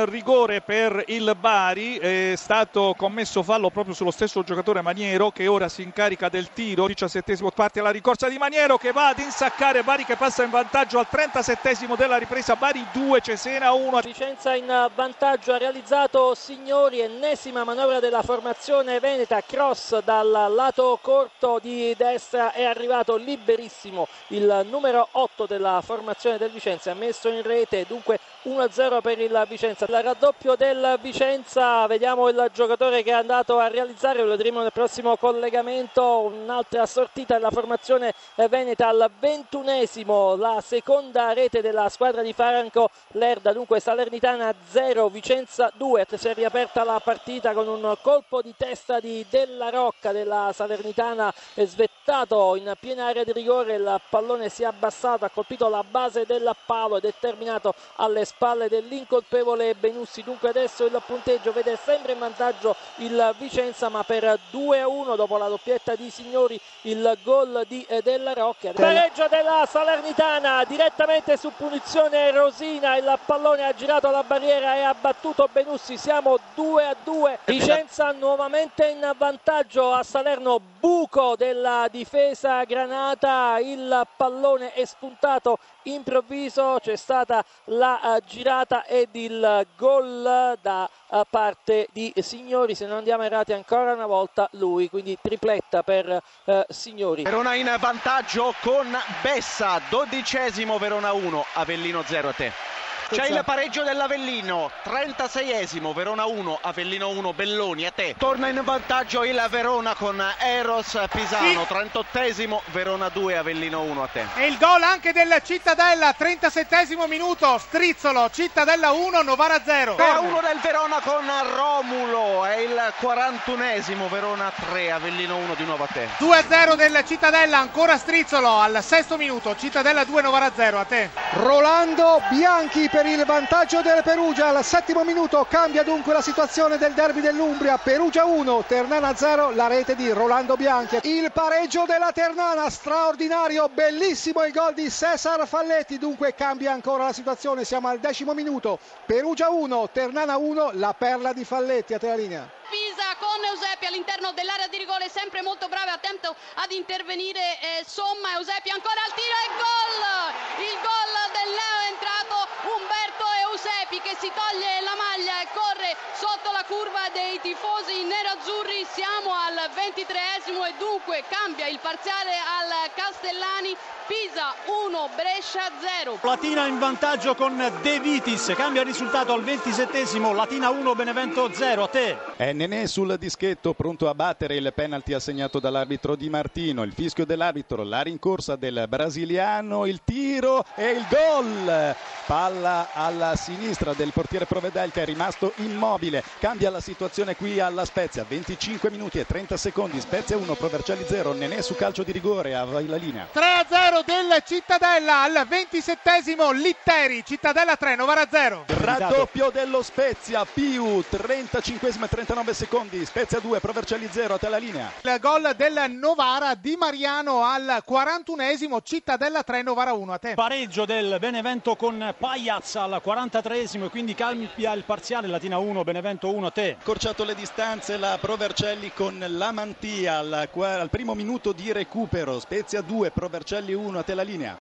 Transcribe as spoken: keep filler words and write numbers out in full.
rigore per il Bari, è stato commesso fallo proprio sullo stesso giocatore Maniero, che ora si incarica del tiro. Diciassettesimo parte alla ricorsa di Maniero, che va ad insaccare Bari, che passa in vantaggio al trentasettesimo della ripresa. Bari due, Cesena uno. Vicenza in vantaggio, ha realizzato Signori, ennesima manovra della formazione veneta, cross dal lato corto di destra, è arrivato liberissimo il numero otto della formazione del Vicenza, ha messo in rete, dunque uno a zero per il Vicenza. Il raddoppio del Vicenza, vediamo il giocatore che è andato a realizzare, lo vedremo nel prossimo collegamento, un'altra sortita della formazione veneta al ventunesimo, la seconda rete della squadra di Franco Lerda. Dunque Salernitana zero, Vicenza due. Si è riaperta la partita con un colpo di testa di Della Rocca della Salernitana, è svettato in piena area di rigore, il pallone si è abbassato, ha colpito la base del palo ed è terminato alle spalle dell'incolpevole Benussi. Dunque adesso il punteggio vede sempre in vantaggio il Vicenza, ma per due a uno dopo la doppietta di Signori, il gol di Della Rocca. Pareggio della Salernitana direttamente su punizione Rosina, il pallone ha girato la barriera e ha battuto Benussi, siamo due a due. Vicenza nuovamente in vantaggio a Salerno, buco della difesa granata, il pallone è spuntato improvviso, c'è stata la uh, girata ed il gol da uh, parte di Signori, se non andiamo errati ancora una volta lui, quindi tripletta per uh, Signori. Verona in vantaggio con Bessa, dodicesimo Verona uno, Avellino zero. A te. C'è il pareggio dell'Avellino, trentaseiesimo Verona uno, Avellino uno, Belloni. A te. Torna in vantaggio il Verona con Eros Pisano, sì. trentottesimo Verona due, Avellino uno. A te. E il gol anche del Cittadella, trentasettesimo minuto, Strizzolo, Cittadella uno, Novara zero. tre a uno del Verona con Romulo, è il quarantunesimo Verona tre, Avellino uno di nuovo. A te. due a zero del Cittadella, ancora Strizzolo al sesto minuto, Cittadella due, Novara zero. A te. Rolando Bianchi per il vantaggio del Perugia al settimo minuto, cambia dunque la situazione del derby dell'Umbria. Perugia uno, Ternana zero, la rete di Rolando Bianchi. Il pareggio della Ternana, straordinario, bellissimo il gol di Cesar Falletti, dunque cambia ancora la situazione, siamo al decimo minuto, Perugia uno, Ternana uno, la perla di Falletti. A te la linea. Pisa con Euseppi all'interno dell'area di rigore, sempre molto bravo, attento ad intervenire eh, Somma. Euseppi ancora al tiro e gol! Il gol del Neo è entrato, Umberto Euseppi che si toglie la maglia e corre sotto la curva dei tifosi nerazzurri. Siamo al ventitreesimo e dunque cambia il parziale al Castellani. Pisa uno, Brescia zero. Latina in vantaggio con De Vitis, cambia il risultato al ventisettesimo, Latina uno, Benevento zero. A te. È Nenè sul dischetto, pronto a battere il penalty assegnato dall'arbitro Di Martino, il fischio dell'arbitro, la rincorsa del brasiliano, il tiro e il gol. Palla alla sinistra del portiere Provedel che è rimasto immobile, cambia la situazione qui alla Spezia, venticinque minuti e trenta secondi, Spezia uno, Provercelli zero, Nenè su calcio di rigore, a la linea. tre a zero del Cittadella al ventisettesimo, Litteri, Cittadella tre, Novara zero. Raddoppio dello Spezia, Piu, trentacinquesimo e trentanove secondi, Spezia due, Provercelli zero. A te la linea. Il gol del Novara, Di Mariano al quarantunesimo, Cittadella tre, Novara uno. A te. Pareggio del Benevento con Paiaz al quarantatreesimo e quindi cambia il parziale, Latina uno, Benevento uno. A te. Accorciato le distanze la Provercelli con la Mantia al, al primo minuto di recupero, Spezia due, Provercelli uno. A te la linea.